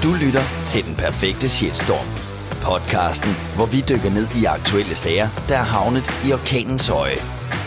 Du lytter til Den Perfekte Shitstorm. Podcasten, hvor vi dykker ned i aktuelle sager, der er havnet i orkanens øje.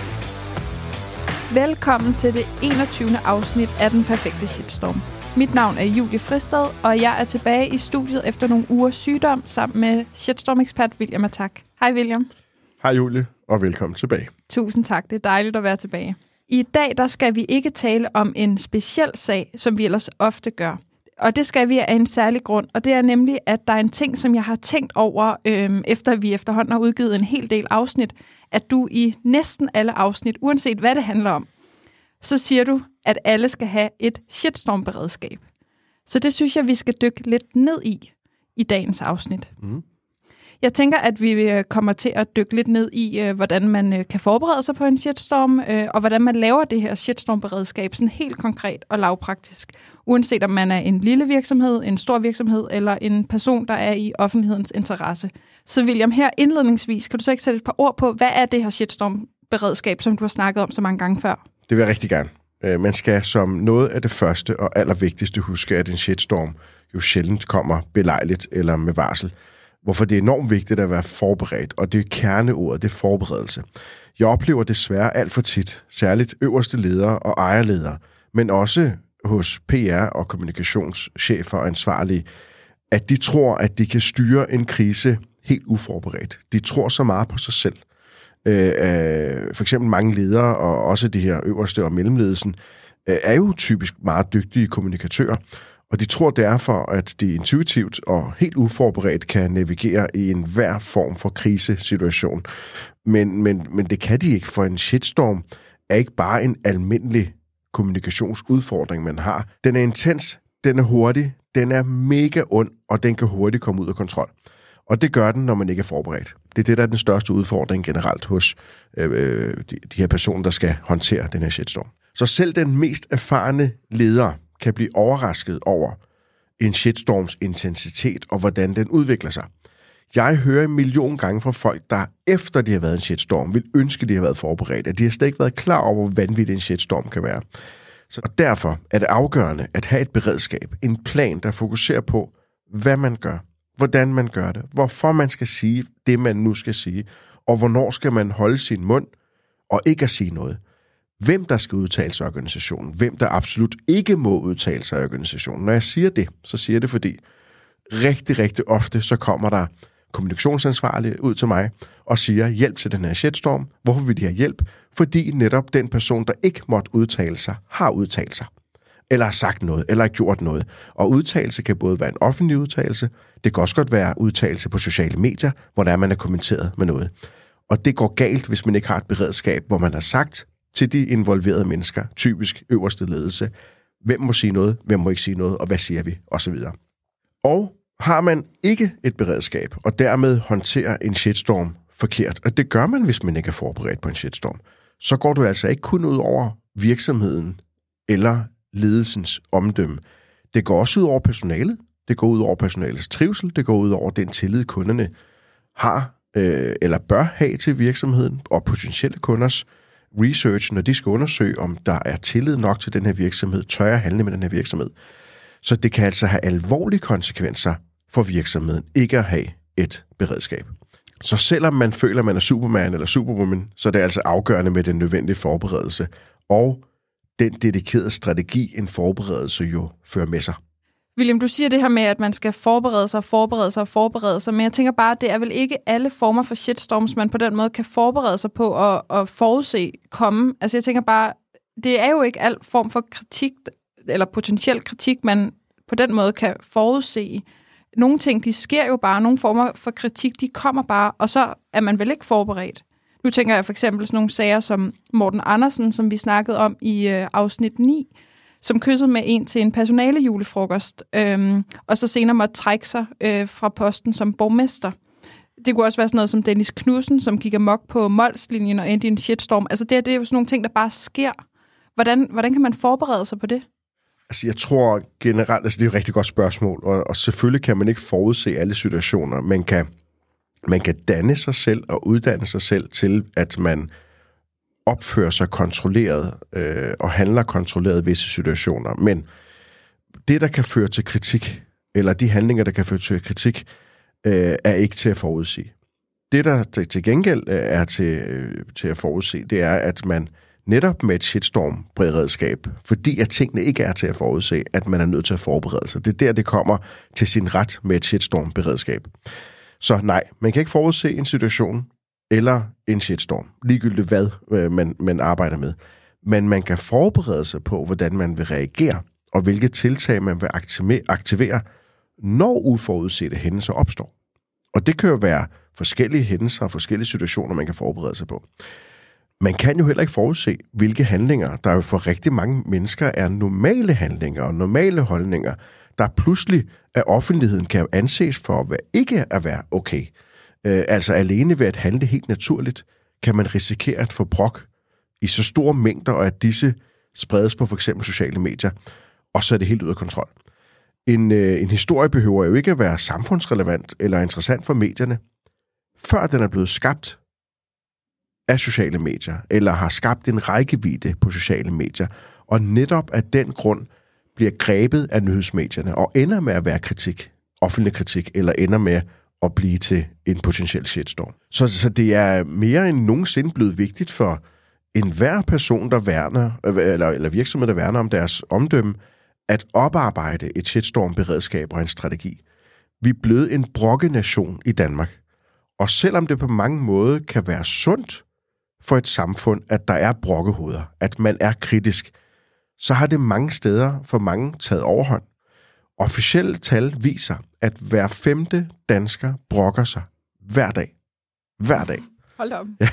Velkommen til det 21. afsnit af Den Perfekte Shitstorm. Mit navn er Julie Fristad, og jeg er tilbage i studiet efter nogle ugers sygdom sammen med shitstorm-ekspert William Attack. Hej William. Hej Julie, og velkommen tilbage. Tusind tak, det er dejligt at være tilbage. I dag der skal vi ikke tale om en speciel sag, som vi ellers ofte gør. Og det skal vi af en særlig grund, og det er nemlig, at der er en ting, som jeg har tænkt over, efter vi efterhånden har udgivet en hel del afsnit, at du i næsten alle afsnit, uanset hvad det handler om, så siger du, at alle skal have et shitstorm-beredskab. Så det synes jeg, vi skal dykke lidt ned i dagens afsnit. Mm. Jeg tænker, at vi kommer til at dykke lidt ned i, hvordan man kan forberede sig på en shitstorm, og hvordan man laver det her shitstorm-beredskab sådan helt konkret og lavpraktisk. Uanset om man er en lille virksomhed, en stor virksomhed eller en person, der er i offentlighedens interesse. Så William, her indledningsvis, kan du så ikke sætte et par ord på, hvad er det her shitstorm-beredskab, som du har snakket om så mange gange før? Det vil jeg rigtig gerne. Man skal som noget af det første og allervigtigste huske, at en shitstorm jo sjældent kommer belejligt eller med varsel. Hvorfor det er enormt vigtigt at være forberedt, og det er kerneordet, det er forberedelse. Jeg oplever desværre alt for tit, særligt øverste ledere og ejerledere, men også hos PR og kommunikationschefer og ansvarlige, at de tror, at de kan styre en krise helt uforberedt. De tror så meget på sig selv. For eksempel mange ledere, og også de her øverste og mellemledelsen, er jo typisk meget dygtige kommunikatører, og de tror derfor, at de intuitivt og helt uforberedt kan navigere i enhver form for krisesituation. Men det kan de ikke, for en shitstorm er ikke bare en almindelig kommunikationsudfordring, man har. Den er intens, den er hurtig, den er mega ond, og den kan hurtigt komme ud af kontrol. Og det gør den, når man ikke er forberedt. Det er det, der er den største udfordring generelt hos de her personer, der skal håndtere den her shitstorm. Så selv den mest erfarne leder kan blive overrasket over en shitstorms intensitet og hvordan den udvikler sig. Jeg hører 1 million gange fra folk, der efter de har været en shitstorm, vil ønske, de har været forberedt, at de har slet ikke været klar over, hvor vanvittig en shitstorm kan være. Så derfor er det afgørende at have et beredskab, en plan, der fokuserer på, hvad man gør, hvordan man gør det, hvorfor man skal sige det, man nu skal sige, og hvornår skal man holde sin mund og ikke at sige noget. Hvem der skal udtale sig i organisationen, hvem der absolut ikke må udtale sig i organisationen. Når jeg siger det, så siger jeg det, fordi rigtig, rigtig ofte, så kommer der kommunikationsansvarlige ud til mig og siger, hjælp til den her shitstorm. Hvorfor vil de have hjælp? Fordi netop den person, der ikke måtte udtale sig, har udtalt sig. Eller har sagt noget, eller har gjort noget. Og udtalelse kan både være en offentlig udtalelse, det kan også godt være udtalelse på sociale medier, hvor der man er kommenteret med noget. Og det går galt, hvis man ikke har et beredskab, hvor man har sagt til de involverede mennesker, typisk øverste ledelse, hvem må sige noget, hvem må ikke sige noget, og hvad siger vi, osv. Og har man ikke et beredskab, og dermed håndterer en shitstorm forkert, og det gør man, hvis man ikke er forberedt på en shitstorm, så går du altså ikke kun ud over virksomheden eller ledelsens omdømme. Det går også ud over personalet, det går ud over personalets trivsel, det går ud over den tillid, kunderne har eller bør have til virksomheden, og potentielle kunders research, når de skal undersøge, om der er tillid nok til den her virksomhed, tør jeg handle med den her virksomhed. Så det kan altså have alvorlige konsekvenser for virksomheden ikke at have et beredskab. Så selvom man føler, at man er Superman eller Superwoman, så er det altså afgørende med den nødvendige forberedelse og den dedikerede strategi, en forberedelse jo fører med sig. William, du siger det her med, at man skal forberede sig, men jeg tænker bare, at det er vel ikke alle former for shitstorms, man på den måde kan forberede sig på og forudse komme. Altså jeg tænker bare, det er jo ikke al form for kritik, eller potentiel kritik, man på den måde kan forudse. Nogle ting, de sker jo bare, nogle former for kritik, de kommer bare, og så er man vel ikke forberedt. Nu tænker jeg for eksempel sådan nogle sager som Morten Andersen, som vi snakkede om i afsnit 9, som kyssede med en til en personalejulefrokost, og så senere måtte trække sig fra posten som borgmester. Det kunne også være sådan noget som Dennis Knudsen, som gik amok på Mols-linjen og endte i en shitstorm. Altså det er jo sådan nogle ting, der bare sker. Hvordan kan man forberede sig på det? Altså jeg tror generelt, det er et rigtig godt spørgsmål, og selvfølgelig kan man ikke forudse alle situationer. Man kan danne sig selv og uddanne sig selv til, at man opfører sig kontrolleret og handler kontrolleret i visse situationer. Men det, der kan føre til kritik, eller de handlinger, der kan føre til kritik, er ikke til at forudsige. Det, der til gengæld er til at forudse, det er, at man netop med et shitstorm-beredskab, fordi at tingene ikke er til at forudse, at man er nødt til at forberede sig. Det er der, det kommer til sin ret med et shitstorm-beredskab. Så nej, man kan ikke forudse en situation eller en shitstorm, ligegyldigt hvad man arbejder med. Men man kan forberede sig på, hvordan man vil reagere, og hvilke tiltag man vil aktivere, når uforudsete hændelser opstår. Og det kan jo være forskellige hændelser og forskellige situationer, man kan forberede sig på. Man kan jo heller ikke forudse, hvilke handlinger, der jo for rigtig mange mennesker er normale handlinger og normale holdninger, der pludselig af offentligheden kan anses for at ikke at være okay. Altså alene ved at handle helt naturligt, kan man risikere at få brok i så store mængder, og at disse spredes på f.eks. sociale medier, og så er det helt ud af kontrol. En historie behøver jo ikke at være samfundsrelevant eller interessant for medierne, før den er blevet skabt af sociale medier, eller har skabt en rækkevidde på sociale medier, og netop af den grund bliver grebet af nyhedsmedierne, og ender med at være kritik, offentlig kritik, eller ender med at blive til en potentiel shitstorm. Så det er mere end nogensinde blevet vigtigt for enhver person, der værner, eller virksomhed, der værner om deres omdømme, at oparbejde et shitstorm-beredskab og en strategi. Vi er blevet en brokkenation i Danmark, og selvom det på mange måder kan være sundt for et samfund, at der er brokkehoveder, at man er kritisk, så har det mange steder for mange taget overhånd. Officielle tal viser, at hver 5. dansker brokker sig hver dag. Hver dag. Hold op. Ja.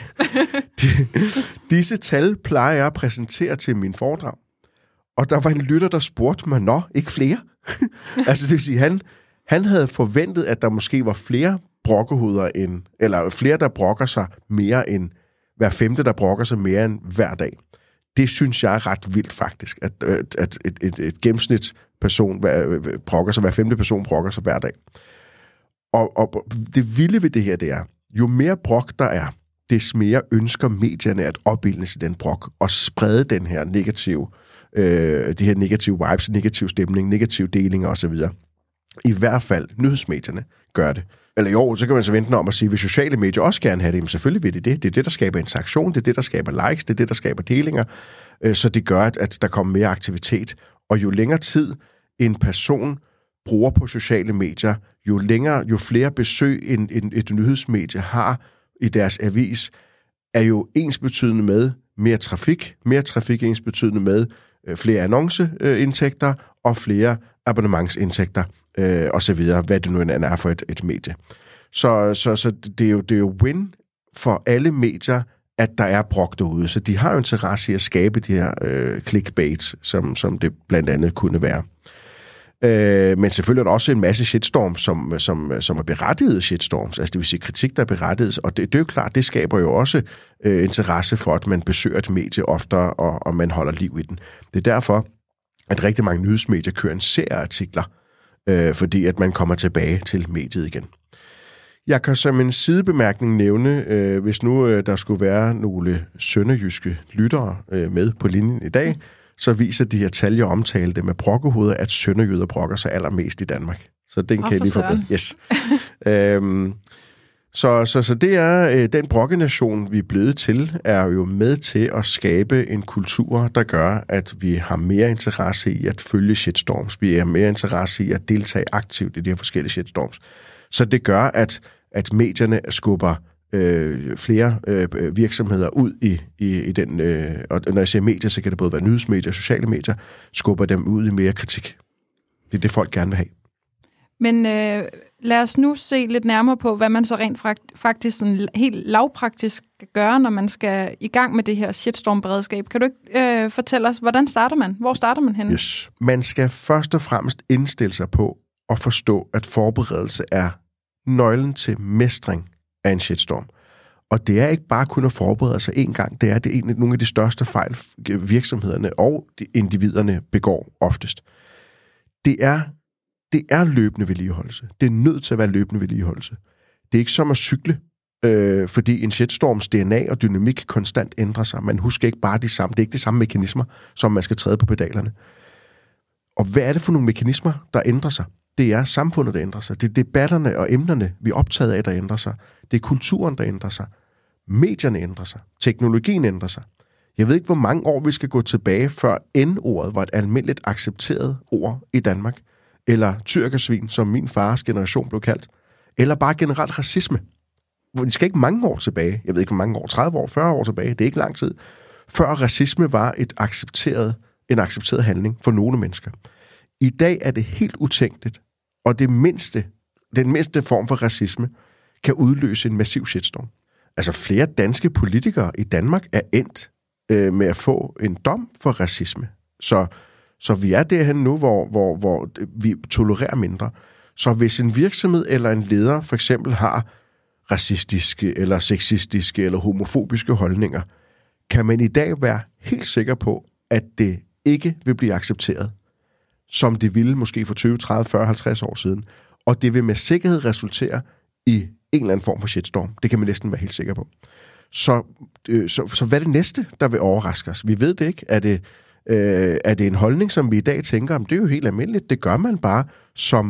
Disse tal plejer jeg at præsentere til min foredrag. Og der var en lytter, der spurgte mig, nå, ikke flere? Altså det vil sige, han havde forventet, at der måske var flere brokkehoveder eller flere, der brokker sig mere end hver 5. der brokker sig mere end hver dag. Det synes jeg er ret vildt faktisk, at et gennemsnitsperson brokker sig, hver 5. person brokker sig hver dag. Og det vilde ved det her, det er, jo mere brok der er, des mere ønsker medierne at opbilde sig den brok og sprede den her negative, de her negative vibes, negativ stemning, negative delinger osv. I hvert fald nyhedsmedierne gør det. Eller jo, så kan man så vente om at sige, hvis sociale medier også gerne have det, men selvfølgelig vil det. Det er det, der skaber interaktion, det er det, der skaber likes, det er det, der skaber delinger, så det gør, at der kommer mere aktivitet. Og jo længere tid en person bruger på sociale medier, jo flere besøg et nyhedsmedie har i deres avis, er jo ensbetydende med mere trafik. Mere trafik er ensbetydende med flere annonceindtægter og flere abonnementsindtægter og så videre, hvad det nu end er for et medie. Så det er jo win for alle medier, at der er brok derude. Så de har jo interesse i at skabe de her clickbait, som det blandt andet kunne være. Men selvfølgelig er der også en masse shitstorms, som er berettigede shitstorms, altså det vil sige kritik, der er berettiget, og det er jo klart, det skaber jo også interesse for, at man besøger et medie oftere, og man holder liv i den. Det er derfor, at rigtig mange nyhedsmedier kører en serie artikler, fordi at man kommer tilbage til mediet igen. Jeg kan som en sidebemærkning nævne, hvis nu der skulle være nogle sønderjyske lyttere med på linjen i dag, så viser de her tal, jeg omtalte med brokkehoveder, at sønderjyder brokker sig allermest i Danmark. Så den kan jeg lige forbedre. Yes. Så det er den brokkenation, vi er blevet til, er jo med til at skabe en kultur, der gør, at vi har mere interesse i at følge shitstorms. Vi har mere interesse i at deltage aktivt i de her forskellige shitstorms. Så det gør, at medierne skubber flere virksomheder ud i den, og når jeg siger medier, så kan det både være nyhedsmedier og sociale medier, skubber dem ud i mere kritik. Det er det, folk gerne vil have. Men lad os nu se lidt nærmere på, hvad man så rent faktisk sådan helt lavpraktisk skal gøre, når man skal i gang med det her shitstorm-beredskab. Kan du ikke fortælle os, hvordan starter man? Hvor starter man henne? Yes. Man skal først og fremmest indstille sig på at forstå, at forberedelse er nøglen til mestring af en shitstorm. Og det er ikke bare kun at forberede sig en gang, det er nogle af de største fejl, virksomhederne og de individerne begår oftest. Det er løbende vedligeholdelse. Det er nødt til at være løbende vedligeholdelse. Det er ikke som at cykle, fordi en shitstorms DNA og dynamik konstant ændrer sig. Man husker ikke bare de samme. Det er ikke de samme mekanismer, som man skal træde på pedalerne. Og hvad er det for nogle mekanismer, der ændrer sig? Det er samfundet, der ændrer sig. Det er debatterne og emnerne, vi er optaget af, der ændrer sig. Det er kulturen, der ændrer sig. Medierne ændrer sig. Teknologien ændrer sig. Jeg ved ikke, hvor mange år vi skal gå tilbage, før N-ordet var et almindeligt accepteret ord i Danmark. Eller tyrkersvin, som min fars generation blev kaldt. Eller bare generelt racisme. Vi skal ikke mange år tilbage. Jeg ved ikke, hvor mange år. 30 år, 40 år tilbage. Det er ikke lang tid. Før racisme var en accepteret handling for nogle mennesker. I dag er det helt utænkeligt, og den mindste form for racisme kan udløse en massiv shitstorm. Altså flere danske politikere i Danmark er endt med at få en dom for racisme. Så vi er derhen nu, hvor vi tolererer mindre. Så hvis en virksomhed eller en leder for eksempel har racistiske eller sexistiske eller homofobiske holdninger, kan man i dag være helt sikker på, at det ikke vil blive accepteret, som det ville måske for 20, 30, 40, 50 år siden. Og det vil med sikkerhed resultere i en eller anden form for shitstorm. Det kan man næsten være helt sikker på. Så hvad er det næste, der vil overraske os? Vi ved det ikke. Er det en holdning, som vi i dag tænker, om det er jo helt almindeligt. Det gør man bare som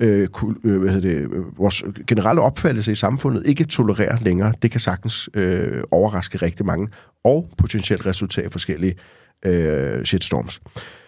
vores generelle opfattelse i samfundet ikke tolererer længere. Det kan sagtens overraske rigtig mange, og potentielt resultere i forskellige shitstorms.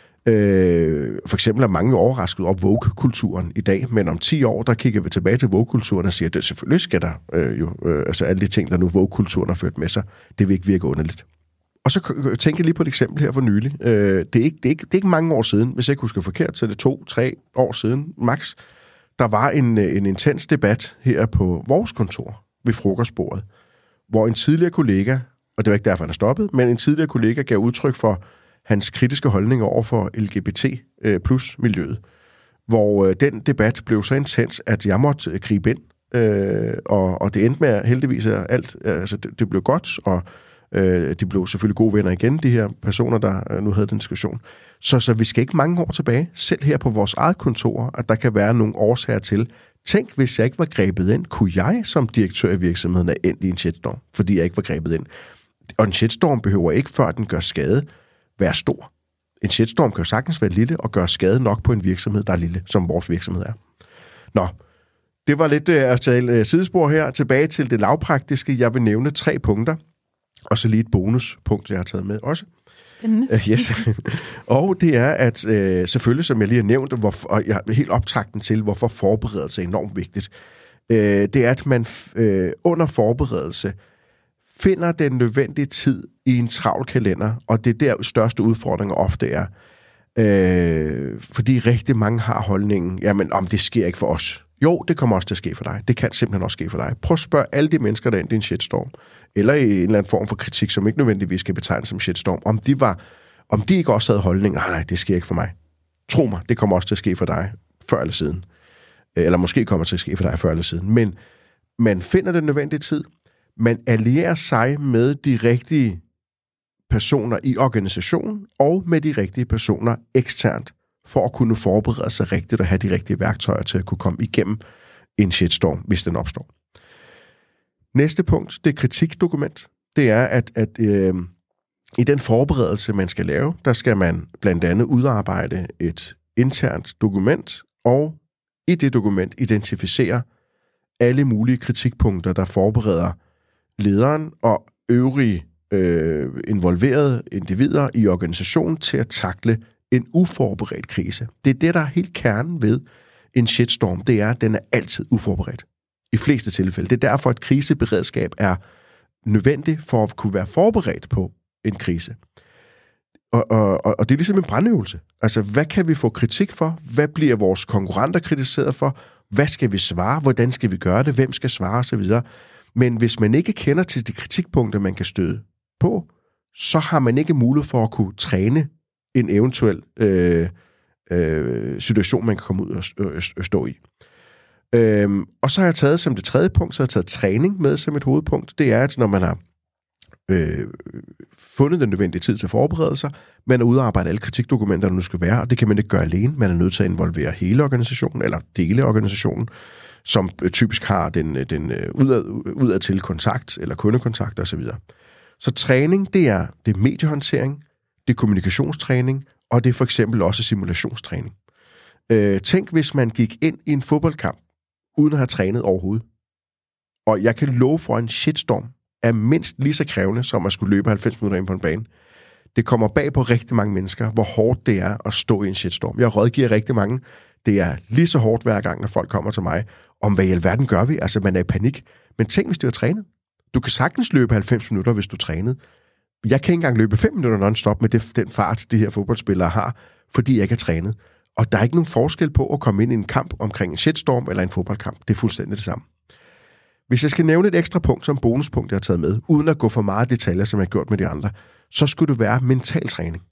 For eksempel er mange overrasket over woke-kulturen i dag, men om 10 år, der kigger vi tilbage til woke-kulturen og siger, at det selvfølgelig skal der altså alle de ting, der nu woke-kulturen har ført med sig, det vil ikke virke underligt. Og så tænker jeg lige på et eksempel her for nylig. Det er ikke mange år siden, hvis jeg ikke husker forkert, så det er 2-3 år siden, max. Der var en intens debat her på vores kontor ved frokostbordet, hvor en tidligere kollega, og det var ikke derfor, han er stoppet, men en tidligere kollega gav udtryk for hans kritiske holdninger over for LGBT plus miljøet, hvor den debat blev så intens, at jeg måtte gribe ind, og det endte med heldigvis alt, altså det blev godt, og de blev selvfølgelig gode venner igen, de her personer, der nu havde den diskussion. Så vi skal ikke mange år tilbage, selv her på vores eget kontor, at der kan være nogle årsager til. Tænk, hvis jeg ikke var grebet ind, kunne jeg som direktør i virksomheden have endt i en shitstorm, fordi jeg ikke var grebet ind. Og en shitstorm behøver ikke, før den gør skade, være stor. En shitstorm kan jo sagtens være lille og gøre skade nok på en virksomhed, der er lille, som vores virksomhed er. Nå, det var lidt at tale sidespor her. Tilbage til det lavpraktiske. Jeg vil nævne 3 punkter, og så lige et bonuspunkt, jeg har taget med også. Spændende. Yes. Og det er, at selvfølgelig, som jeg lige har nævnt, og jeg er helt optakten til, hvorfor forberedelse er enormt vigtigt, det er, at man under forberedelse finder den nødvendige tid i en travl kalender, og det er der største udfordringer ofte er. Fordi rigtig mange har holdningen, jamen, om det sker ikke for os. Jo, det kommer også til at ske for dig. Det kan simpelthen også ske for dig. Prøv at spørge alle de mennesker, der endte i en shitstorm, eller i en eller anden form for kritik, som ikke nødvendigvis skal betegnes som shitstorm, om de ikke også havde holdningen, nej, det sker ikke for mig. Tro mig, det kommer også til at ske for dig, før eller siden. Eller måske kommer til at ske for dig, før eller siden. Men man finder den nødvendige tid, man allierer sig med de rigtige personer i organisationen, og med de rigtige personer eksternt, for at kunne forberede sig rigtigt og have de rigtige værktøjer til at kunne komme igennem en shitstorm, hvis den opstår. Næste punkt, det er kritikdokument. Det er, at i den forberedelse, man skal lave, der skal man blandt andet udarbejde et internt dokument, og i det dokument identificere alle mulige kritikpunkter, der forbereder lederen og øvrige involverede individer i organisationen til at takle en uforberedt krise. Det er det, der er helt kernen ved en shitstorm. Det er, at den er altid uforberedt. I fleste tilfælde. Det er derfor, at kriseberedskab er nødvendigt for at kunne være forberedt på en krise. Og det er ligesom en brandøvelse. Altså, hvad kan vi få kritik for? Hvad bliver vores konkurrenter kritiseret for? Hvad skal vi svare? Hvordan skal vi gøre det? Hvem skal svare? Og så videre. Men hvis man ikke kender til de kritikpunkter, man kan støde på, så har man ikke mulighed for at kunne træne en eventuel situation, man kan komme ud og stå i. Og så har jeg taget som det tredje punkt, så har jeg taget træning med som et hovedpunkt. Det er, at når man har fundet den nødvendige tid til at forberede sig, man har udarbejdet alle kritikdokumenter, der nu skal være, og det kan man ikke gøre alene. Man er nødt til at involvere hele organisationen, eller dele af organisationen, som typisk har den udadtil kontakt, eller kundekontakt osv. Så træning, det er mediehåndtering, det er kommunikationstræning, og det er for eksempel også simulationstræning. Tænk, hvis man gik ind i en fodboldkamp, uden at have trænet overhovedet. Og jeg kan love for, en shitstorm er mindst lige så krævende, som at skulle løbe 90 minutter ind på en bane. Det kommer bag på rigtig mange mennesker, hvor hårdt det er at stå i en shitstorm. Jeg rådgiver rigtig mange. Det er lige så hårdt hver gang, når folk kommer til mig, om hvad i alverden gør vi? Altså, man er i panik. Men tænk, hvis du har trænet. Du kan sagtens løbe 90 minutter, hvis du trænede. Jeg kan ikke engang løbe 5 minutter non-stop med den fart, de her fodboldspillere har, fordi jeg ikke har trænet. Og der er ikke nogen forskel på at komme ind i en kamp omkring en shitstorm eller en fodboldkamp. Det er fuldstændig det samme. Hvis jeg skal nævne et ekstra punkt som bonuspunkt, jeg har taget med, uden at gå for meget detaljer, som jeg har gjort med de andre, så skulle det være mental træning.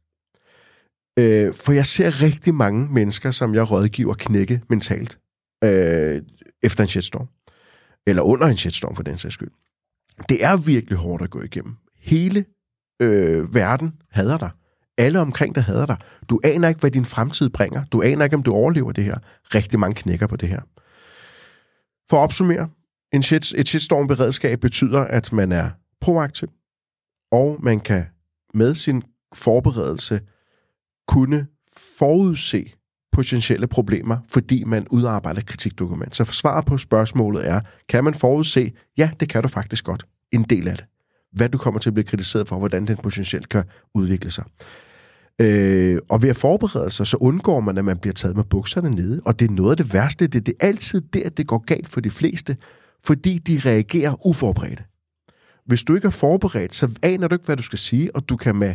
For jeg ser rigtig mange mennesker, som jeg rådgiver, knække mentalt efter en shitstorm. Eller under en shitstorm, for den sags skyld. Det er virkelig hårdt at gå igennem. Hele verden hader dig. Alle omkring dig hader dig. Du aner ikke, hvad din fremtid bringer. Du aner ikke, om du overlever det her. Rigtig mange knækker på det her. For at opsummere, et shitstorm-beredskab betyder, at man er proaktiv, og man kan med sin forberedelse kunne forudse potentielle problemer, fordi man udarbejder kritikdokument. Så svaret på spørgsmålet er, kan man forudse? Ja, det kan du faktisk godt. En del af det. Hvad du kommer til at blive kritiseret for, hvordan den potentielt kan udvikle sig. Og ved at forberede sig, så undgår man, at man bliver taget med bukserne nede. Og det er noget af det værste. Det er altid der, det går galt for de fleste, fordi de reagerer uforberedte. Hvis du ikke er forberedt, så aner du ikke, hvad du skal sige, og du kan med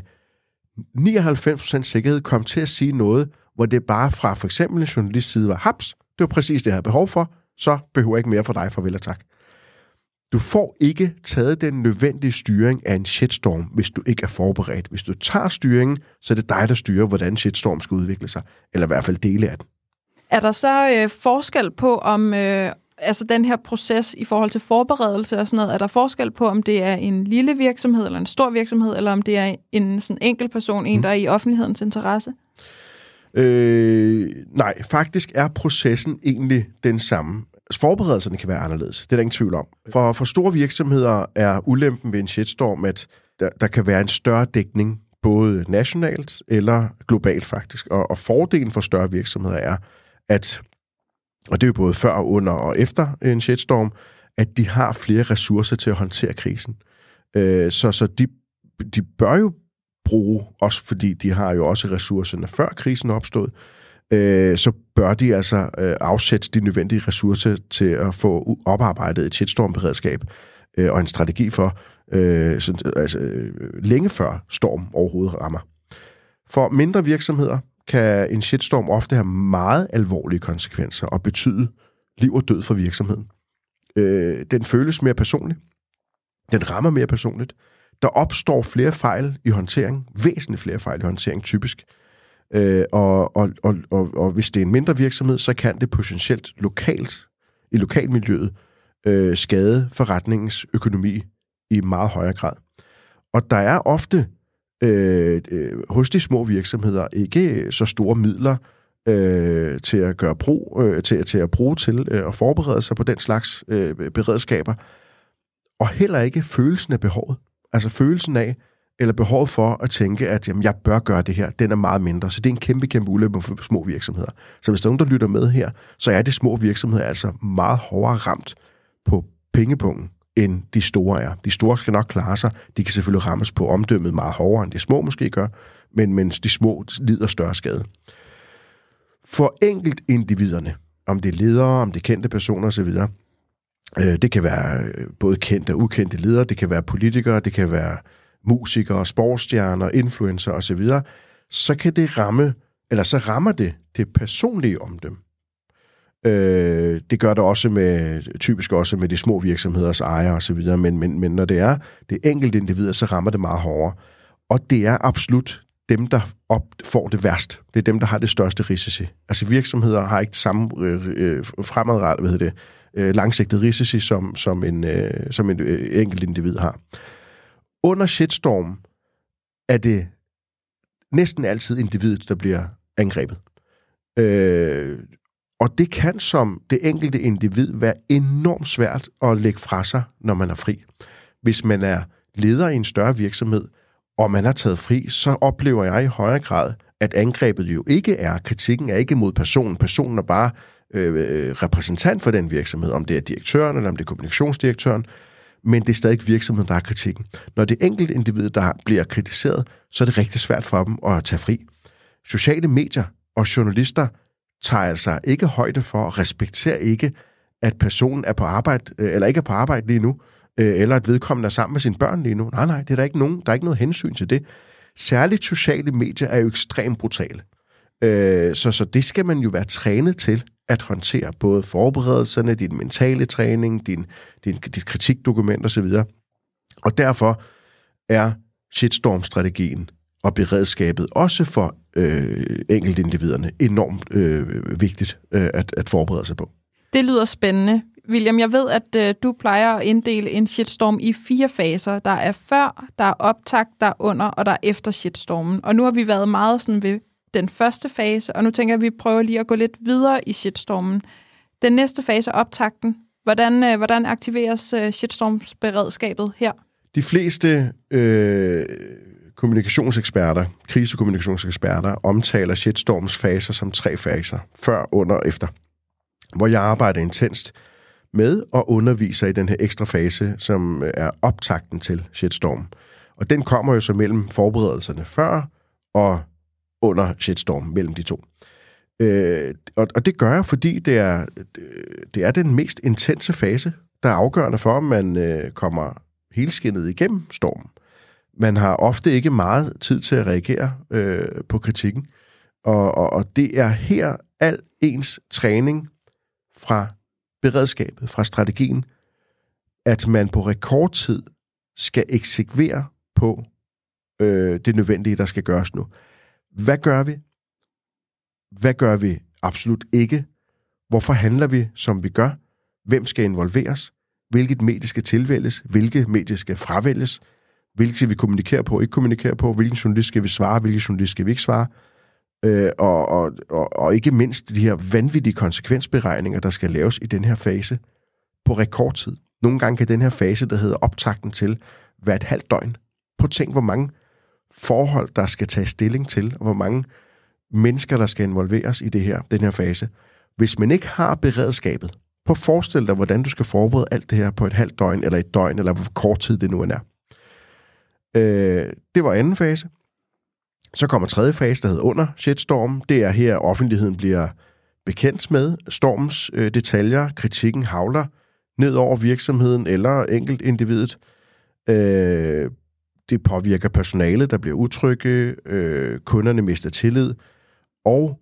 99% sikkerhed komme til at sige noget, hvor det bare fra for eksempel en journalist side var, haps, det var præcis det, jeg havde behov for, så behøver jeg ikke mere for dig, farvel og tak. Du får ikke taget den nødvendige styring af en shitstorm, hvis du ikke er forberedt. Hvis du tager styringen, så er det dig, der styrer, hvordan shitstorm skal udvikle sig, eller i hvert fald dele af den. Er der så forskel på, om altså den her proces i forhold til forberedelse og sådan noget, er der forskel på, om det er en lille virksomhed eller en stor virksomhed, eller om det er en sådan enkelt person, en der er i offentlighedens interesse? Nej, faktisk er processen egentlig den samme. Forberedelserne kan være anderledes, det er der ingen tvivl om. For store virksomheder er ulempen ved en shitstorm, at der kan være en større dækning, både nationalt eller globalt faktisk. Og fordelen for større virksomheder er, at, og det er jo både før, under og efter en shitstorm, at de har flere ressourcer til at håndtere krisen. Så de bør jo bruge, også fordi de har jo også ressourcerne før krisen opstod, så bør de altså afsætte de nødvendige ressourcer til at få oparbejdet et shitstorm-beredskab og en strategi for længe før storm overhovedet rammer. For mindre virksomheder kan en shitstorm ofte have meget alvorlige konsekvenser og betyde liv og død for virksomheden. Den føles mere personlig. Den rammer mere personligt. Der opstår flere fejl i håndtering, væsentligt flere fejl i håndtering typisk. Og hvis det er en mindre virksomhed, så kan det potentielt lokalt, i lokalmiljøet, skade forretningens økonomi i meget højere grad. Og der er ofte hos de små virksomheder ikke så store midler til at gøre brug til at bruge til at forberede sig på den slags beredskaber, og heller ikke følelsen af behovet. Altså følelsen af, eller behovet for at tænke, at jamen, jeg bør gøre det her, den er meget mindre. Så det er en kæmpe ulempe for små virksomheder. Så hvis der er nogen, der lytter med her, så er de små virksomheder altså meget hårdere ramt på pengepunkten, end de store er. De store skal nok klare sig. De kan selvfølgelig rammes på omdømmet meget hårdere, end de små måske gør, men de små lider større skade. For enkelt individerne, om det er ledere, om det er kendte personer osv., det kan være både kendte og ukendte ledere, det kan være politikere, det kan være musikere, sportsstjerner, influencer osv., så kan det rammer det personlige omdømme. Det gør det også typisk også med de små virksomheders ejere osv., men når det er det enkelte individer, så rammer det meget hårdere. Og det er absolut dem, der får det værst. Det er dem, der har det største risici. Altså virksomheder har ikke det samme fremadrettet, langsigtet risici, som en enkelt individ har. Under shitstorm er det næsten altid individet, der bliver angrebet. Og det kan som det enkelte individ være enormt svært at lægge fra sig, når man er fri. Hvis man er leder i en større virksomhed, og man har taget fri, så oplever jeg i højere grad, at angrebet jo ikke er, kritikken er ikke mod personen. Personen er bare repræsentant for den virksomhed, om det er direktøren, eller om det er kommunikationsdirektøren, men det er stadig virksomheden, der er kritikken. Når det er enkelt individ, der bliver kritiseret, så er det rigtig svært for dem at tage fri. Sociale medier og journalister tager altså ikke højde for og respekterer ikke, at personen er på arbejde, eller ikke er på arbejde lige nu, eller at vedkommende er sammen med sine børn lige nu. Nej, det er der ikke nogen. Der er ikke noget hensyn til det. Særligt sociale medier er jo ekstremt brutale. Så det skal man jo være trænet til at håndtere, både forberedelserne, din mentale træning, dit kritikdokument osv. Og derfor er shitstorm-strategien og beredskabet også for enkeltindividerne enormt vigtigt at forberede sig på. Det lyder spændende. William, jeg ved, at du plejer at inddele en shitstorm i 4 faser. Der er før, der er optakt, der er under, og der er efter shitstormen. Og nu har vi været meget sådan ved den første fase, og nu tænker jeg, at vi prøver lige at gå lidt videre i shitstormen. Den næste fase, optakten. Hvordan aktiveres shitstormsberedskabet her? De fleste kommunikationseksperter, krisekommunikationseksperter, omtaler shitstorms faser som 3 faser. Før, under og efter. Hvor jeg arbejder intenst med og underviser i den her ekstra fase, som er optakten til shitstorm. Og den kommer jo så mellem forberedelserne før og under shitstorm, mellem de to. Og det gør jeg, fordi det er den mest intense fase, der er afgørende for, om man kommer helskindet igennem stormen. Man har ofte ikke meget tid til at reagere på kritikken, og det er her al ens træning fra beredskabet, fra strategien, at man på rekordtid skal eksekvere på det nødvendige, der skal gøres nu. Hvad gør vi? Hvad gør vi absolut ikke? Hvorfor handler vi, som vi gør? Hvem skal involveres? Hvilket medie skal tilvælges? Hvilke medier skal fravælges? Hvilke skal vi kommunikere på, ikke kommunikere på? Hvilken journalist skal vi svare? Hvilken journalist skal vi ikke svare? Og ikke mindst de her vanvittige konsekvensberegninger, der skal laves i den her fase på rekordtid. Nogle gange kan den her fase, der hedder optakten til, være et halvt døgn. Prøv at tænk, hvor mange forhold, der skal tage stilling til, og hvor mange mennesker, der skal involveres i den her fase. Hvis man ikke har beredskabet, prøv at forestille dig, hvordan du skal forberede alt det her på et halvt døgn, eller et døgn, eller hvor kort tid det nu er. Det var anden fase. Så kommer tredje fase, der hedder under shitstorm. Det er her, offentligheden bliver bekendt med stormens detaljer. Kritikken hagler ned over virksomheden eller enkeltindividet. Det påvirker personalet, der bliver utrygge. Kunderne mister tillid. Og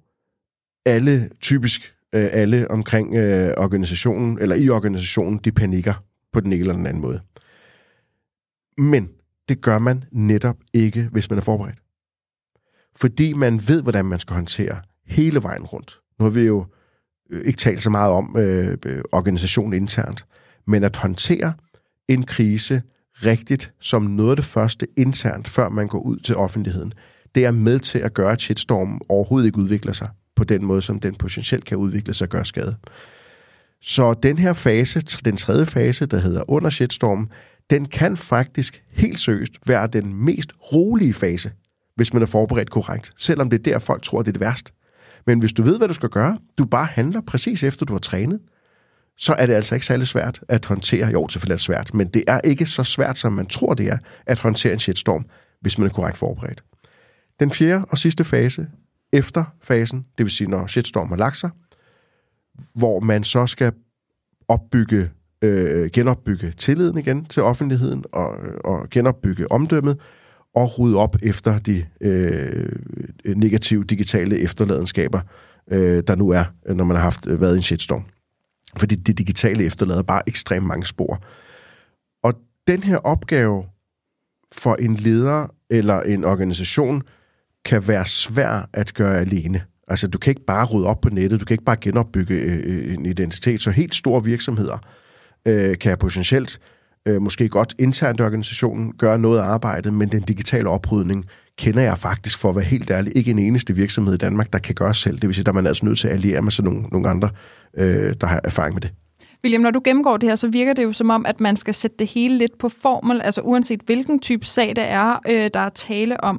alle omkring organisationen, eller i organisationen, de panikker på den ene eller den anden måde. Men det gør man netop ikke, hvis man er forberedt. Fordi man ved, hvordan man skal håndtere hele vejen rundt. Nu har vi jo ikke talt så meget om organisationen internt, men at håndtere en krise rigtigt som noget af det første internt, før man går ud til offentligheden, det er med til at gøre, at shitstorm overhovedet ikke udvikler sig på den måde, som den potentielt kan udvikle sig og gøre skade. Så den her fase, den tredje fase, der hedder under shitstorm, den kan faktisk helt seriøst være den mest rolige fase, hvis man er forberedt korrekt, selvom det er der, folk tror, det er det værste. Men hvis du ved, hvad du skal gøre, du bare handler præcis efter, du har trænet, så er det altså ikke særlig svært at håndtere. Jo, selvfølgelig er det svært, men det er ikke så svært, som man tror, det er, at håndtere en shitstorm, hvis man er korrekt forberedt. Den fjerde og sidste fase, efter fasen, det vil sige, når shitstorm har lagt sig, hvor man så skal genopbygge tilliden igen til offentligheden og genopbygge omdømmet, og rydde op efter de negative digitale efterladenskaber, der nu er, når man har været i en shitstorm. Fordi det digitale efterlader bare ekstremt mange spor. Og den her opgave for en leder eller en organisation kan være svær at gøre alene. Altså, du kan ikke bare rydde op på nettet, du kan ikke bare genopbygge en identitet. Så helt store virksomheder kan potentielt måske godt internt i organisationen gøre noget af arbejdet, men den digitale oprydning kender jeg faktisk, for at være helt ærlig, ikke en eneste virksomhed i Danmark, der kan gøre selv. Det vil sige, der er man altså nødt til at alliere med sådan nogle andre, der har erfaring med det. William, når du gennemgår det her, så virker det jo som om, at man skal sætte det hele lidt på formel, altså uanset hvilken type sag det er, der er tale om.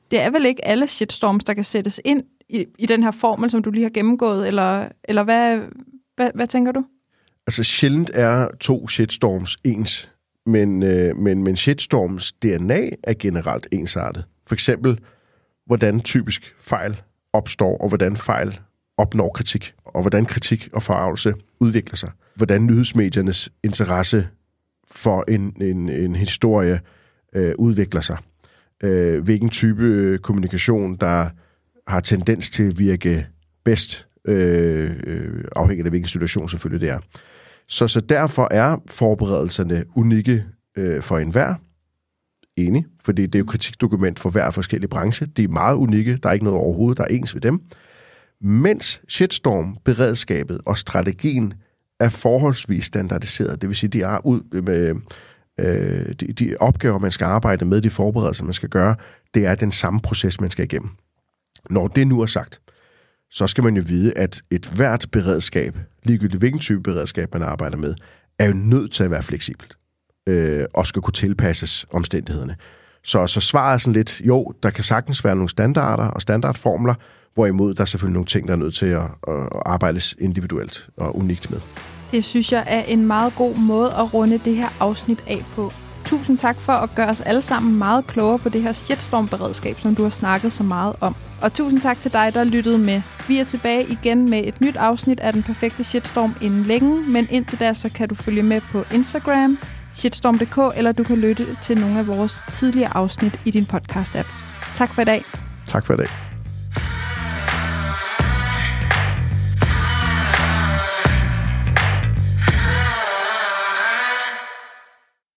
det er vel ikke alle shitstorms, der kan sættes ind i den her formel, som du lige har gennemgået, eller hvad tænker du? Altså sjældent er 2 shitstorms ens, men shitstorms DNA er generelt ensartet. For eksempel, hvordan typisk fejl opstår, og hvordan fejl opnår kritik, og hvordan kritik og forargelse udvikler sig. Hvordan nyhedsmediernes interesse for en historie udvikler sig. Hvilken type kommunikation, der har tendens til at virke bedst, afhængig af hvilken situation selvfølgelig det er. Så derfor er forberedelserne unikke for enhver. Enig, fordi det er jo kritikdokument for hver forskellig branche. De er meget unikke, der er ikke noget overhovedet, der er ens ved dem. Mens shitstorm-beredskabet og strategien er forholdsvis standardiseret. Det vil sige, de er ud med de opgaver, man skal arbejde med, de forberedelser, man skal gøre, det er den samme proces, man skal igennem. Når det nu er sagt, så skal man jo vide, at et hvert beredskab, ligegyldigt hvilken type beredskab, man arbejder med, er jo nødt til at være fleksibelt og skal kunne tilpasses omstændighederne. Så svaret er sådan lidt, jo, der kan sagtens være nogle standarder og standardformler, hvorimod der er selvfølgelig nogle ting, der er nødt til at arbejdes individuelt og unikt med. Det synes jeg er en meget god måde at runde det her afsnit af på. Tusind tak for at gøre os alle sammen meget klogere på det her shitstorm-beredskab, som du har snakket så meget om. Og tusind tak til dig, der lyttede med. Vi er tilbage igen med et nyt afsnit af Den Perfekte Shitstorm inden længe, men indtil da så kan du følge med på Instagram, shitstorm.dk, eller du kan lytte til nogle af vores tidligere afsnit i din podcast-app. Tak for i dag. Tak for i dag.